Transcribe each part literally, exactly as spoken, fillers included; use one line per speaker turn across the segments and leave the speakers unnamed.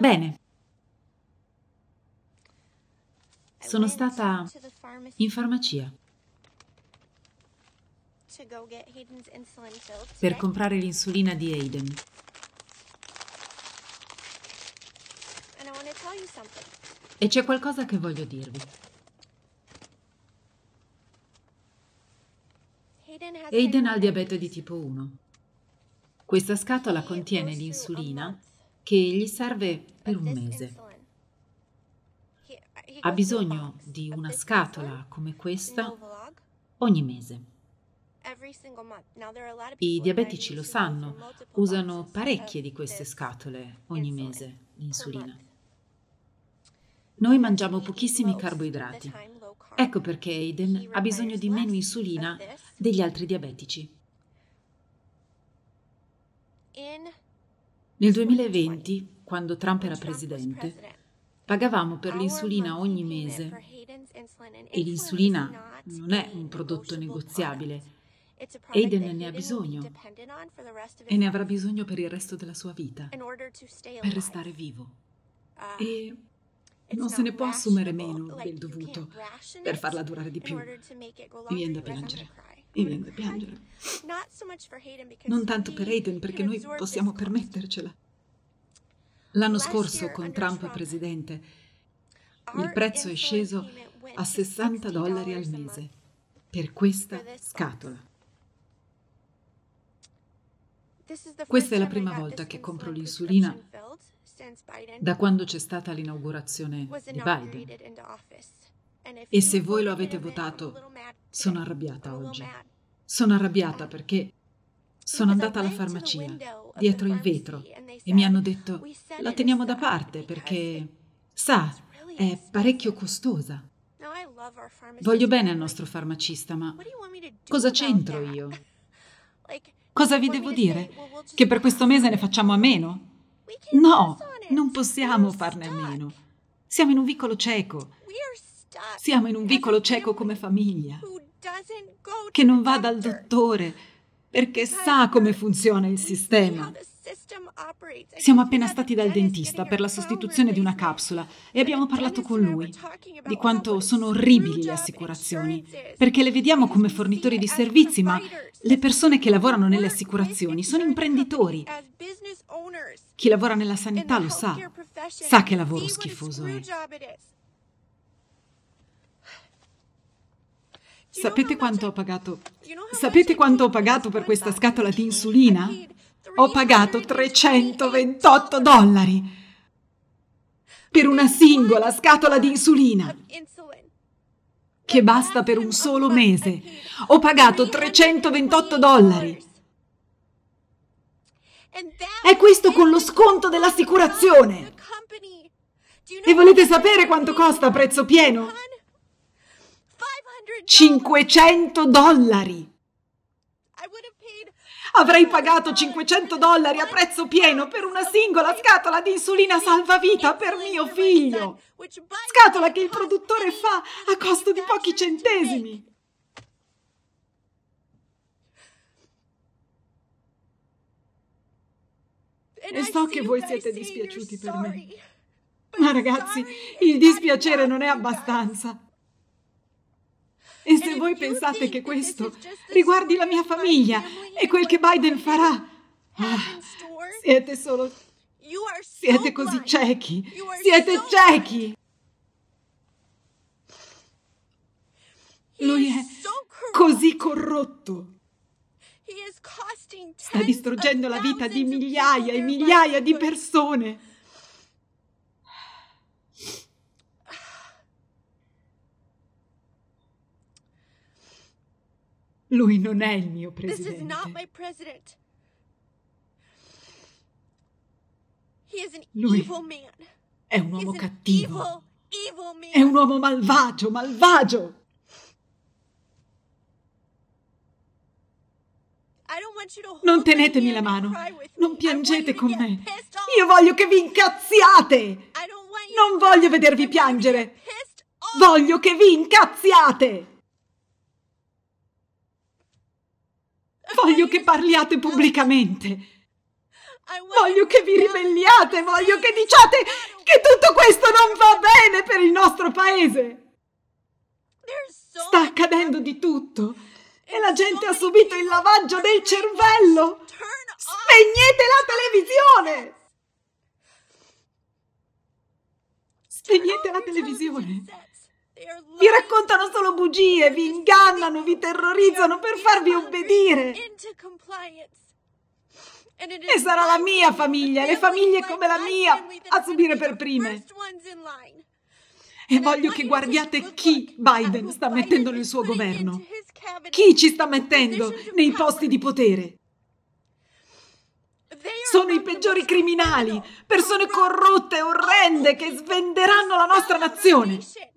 Bene. Sono stata in farmacia per comprare l'insulina di Hayden. E c'è qualcosa che voglio dirvi. Hayden ha il diabete di tipo uno. Questa scatola contiene l'insulina che gli serve per un mese. Ha bisogno di una scatola come questa ogni mese. I diabetici lo sanno, usano parecchie di queste scatole ogni mese di insulina. Noi mangiamo pochissimi carboidrati. Ecco perché Hayden ha bisogno di meno insulina degli altri diabetici. Nel duemilaventi, quando Trump era presidente, pagavamo per l'insulina ogni mese e l'insulina non è un prodotto negoziabile. Hayden ne ha bisogno e ne avrà bisogno per il resto della sua vita, per restare vivo. E non se ne può assumere meno del dovuto per farla durare di più. Mi viene da piangere. Mi viene da piangere. Non tanto per Hayden, perché noi possiamo permettercela. L'anno scorso, con Trump presidente, il prezzo è sceso a sessanta dollari al mese per questa scatola. Questa è la prima volta che compro l'insulina da quando c'è stata l'inaugurazione di Biden. E se voi lo avete votato, sono arrabbiata oggi. Sono arrabbiata perché sono andata alla farmacia, dietro il vetro, e mi hanno detto: la teniamo da parte perché, sa, è parecchio costosa. Voglio bene al nostro farmacista, ma cosa c'entro io? Cosa vi devo dire? Che per questo mese ne facciamo a meno? No, non possiamo farne a meno. Siamo in un vicolo cieco. Siamo in un vicolo cieco come famiglia, che non va dal dottore perché sa come funziona il sistema. Siamo appena stati dal dentista per la sostituzione di una capsula e abbiamo parlato con lui di quanto sono orribili le assicurazioni, perché le vediamo come fornitori di servizi, ma le persone che lavorano nelle assicurazioni sono imprenditori. Chi lavora nella sanità lo sa, sa che lavoro schifoso è. Sapete quanto ho pagato? Sapete quanto ho pagato per questa scatola di insulina? Ho pagato trecentoventotto dollari per una singola scatola di insulina che basta per un solo mese. Ho pagato trecentoventotto dollari. E questo con lo sconto dell'assicurazione. E volete sapere quanto costa a prezzo pieno? cinquecento dollari. Avrei pagato cinquecento dollari a prezzo pieno per una singola scatola di insulina salvavita per mio figlio. Scatola che il produttore fa a costo di pochi centesimi. E so che voi siete dispiaciuti per me. Ma ragazzi, il dispiacere non è abbastanza. E se voi pensate che questo riguardi la mia famiglia e quel che Biden farà, ah, siete solo... siete così ciechi, siete ciechi! Lui è così corrotto. Sta distruggendo la vita di migliaia e migliaia di persone. Lui non è il mio presidente. Lui è un uomo cattivo. È un uomo malvagio, malvagio. Non tenetemi la mano. Non piangete con me. Io voglio che vi incazziate. Non voglio vedervi piangere. Voglio che vi incazziate. Voglio che parliate pubblicamente. Voglio che vi ribelliate, voglio che diciate che tutto questo non va bene per il nostro paese. Sta accadendo di tutto e la gente ha subito il lavaggio del cervello. Spegnete la televisione! Spegnete la televisione. Vi raccontano solo bugie, vi ingannano, vi terrorizzano per farvi obbedire. E sarà la mia famiglia, le famiglie come la mia, a subire per prime. E voglio che guardiate chi Biden sta mettendo nel suo governo. Chi ci sta mettendo nei posti di potere. Sono i peggiori criminali, persone corrotte, orrende, che svenderanno la nostra nazione.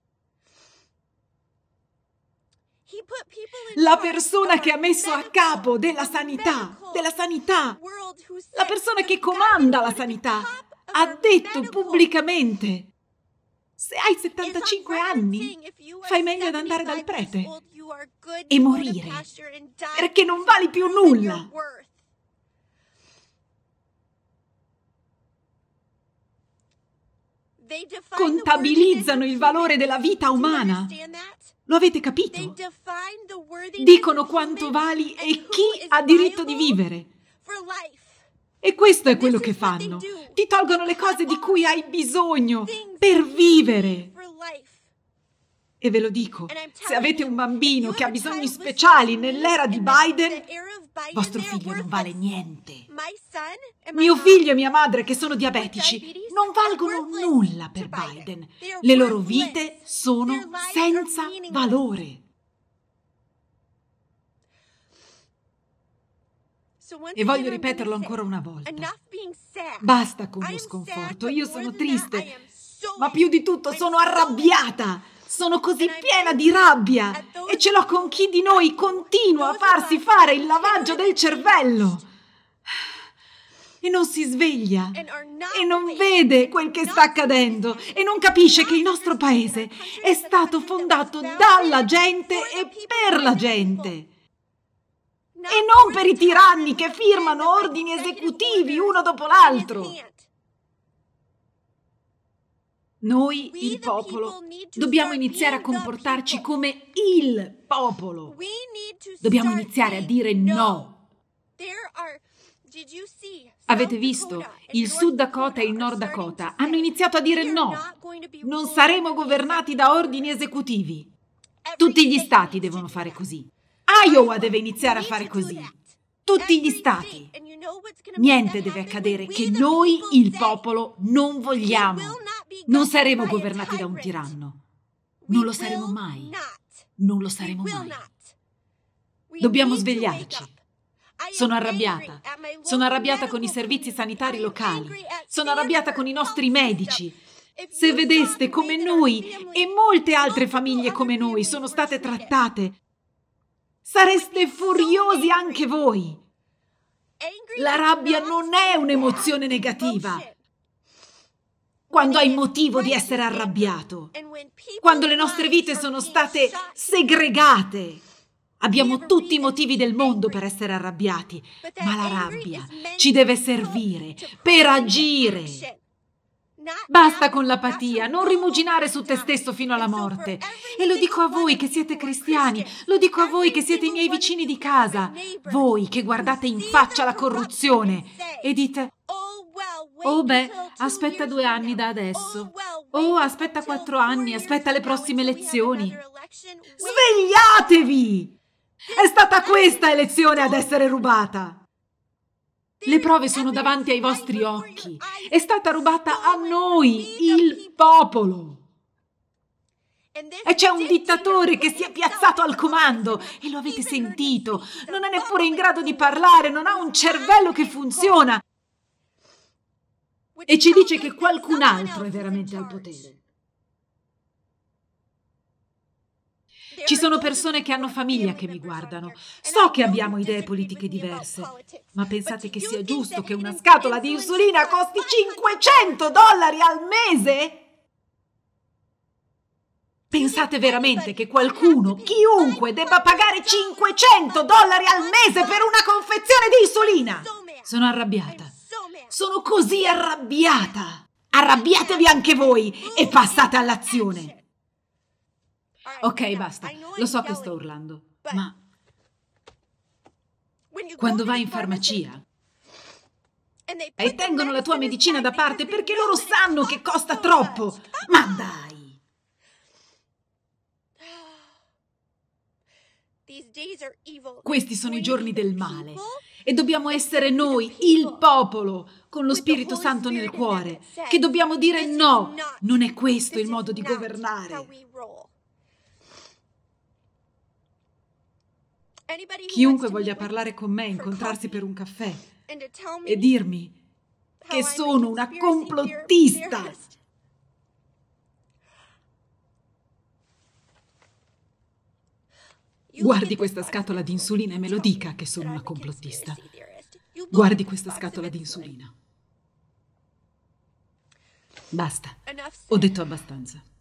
La persona che ha messo a capo della sanità, della sanità, la persona che comanda la sanità, ha detto pubblicamente: se hai settantacinque anni, fai meglio ad andare dal prete e morire, perché non vali più nulla. Contabilizzano il valore della vita umana. Lo avete capito? Dicono quanto vali e chi ha diritto di vivere. E questo è quello che fanno. Ti tolgono le cose di cui hai bisogno per vivere. E ve lo dico, se avete un bambino che ha bisogni speciali nell'era di Biden, vostro figlio non vale niente. Mio figlio e mia madre, che sono diabetici, non valgono nulla per Biden. Le loro vite sono senza valore. E voglio ripeterlo ancora una volta. Basta con lo sconforto. Io sono triste, ma più di tutto sono arrabbiata. Sono così piena di rabbia e ce l'ho con chi di noi continua a farsi fare il lavaggio del cervello e non si sveglia e non vede quel che sta accadendo e non capisce che il nostro paese è stato fondato dalla gente e per la gente e non per i tiranni che firmano ordini esecutivi uno dopo l'altro. Noi, il popolo, dobbiamo iniziare a comportarci come il popolo. Dobbiamo iniziare a dire no. Avete visto? Il Sud Dakota e il Nord Dakota hanno iniziato a dire no. Non saremo governati da ordini esecutivi. Tutti gli stati devono fare così. Iowa deve iniziare a fare così. Tutti gli stati. Niente deve accadere che noi, il popolo, non vogliamo. Non saremo governati da un tiranno. Non lo saremo mai. Non lo saremo mai. Dobbiamo svegliarci. Sono arrabbiata. Sono arrabbiata con i servizi sanitari locali. Sono arrabbiata con i nostri medici. Se vedeste come noi e molte altre famiglie come noi sono state trattate, sareste furiosi anche voi. La rabbia non è un'emozione negativa. Quando hai motivo di essere arrabbiato, quando le nostre vite sono state segregate, abbiamo tutti i motivi del mondo per essere arrabbiati, ma la rabbia ci deve servire per agire. Basta con l'apatia, non rimuginare su te stesso fino alla morte. E lo dico a voi che siete cristiani, lo dico a voi che siete i miei vicini di casa, voi che guardate in faccia la corruzione e dite: oh beh, aspetta due anni da adesso. Oh, aspetta quattro anni, aspetta le prossime elezioni. Svegliatevi! È stata questa elezione ad essere rubata. Le prove sono davanti ai vostri occhi. È stata rubata a noi, il popolo. E c'è un dittatore che si è piazzato al comando e lo avete sentito. Non è neppure in grado di parlare, non ha un cervello che funziona. E ci dice che qualcun altro è veramente al potere. Ci sono persone che hanno famiglia che mi guardano. So che abbiamo idee politiche diverse, ma pensate che sia giusto che una scatola di insulina costi cinquecento dollari al mese? Pensate veramente che qualcuno, chiunque, debba pagare cinquecento dollari al mese per una confezione di insulina? Sono arrabbiata. Sono così arrabbiata! Arrabbiatevi anche voi e passate all'azione! Ok, basta. Lo so che sto urlando, ma quando vai in farmacia e tengono la tua medicina da parte perché loro sanno che costa troppo, ma dai! Questi sono i giorni del male e dobbiamo essere noi, il popolo, con lo Spirito Santo nel cuore, che dobbiamo dire no, non è questo il modo di governare. Chiunque voglia parlare con me, incontrarsi per un caffè e dirmi che sono una complottista. Guardi questa scatola di insulina e me lo dica che sono una complottista. Guardi questa scatola di insulina. Basta, ho detto abbastanza.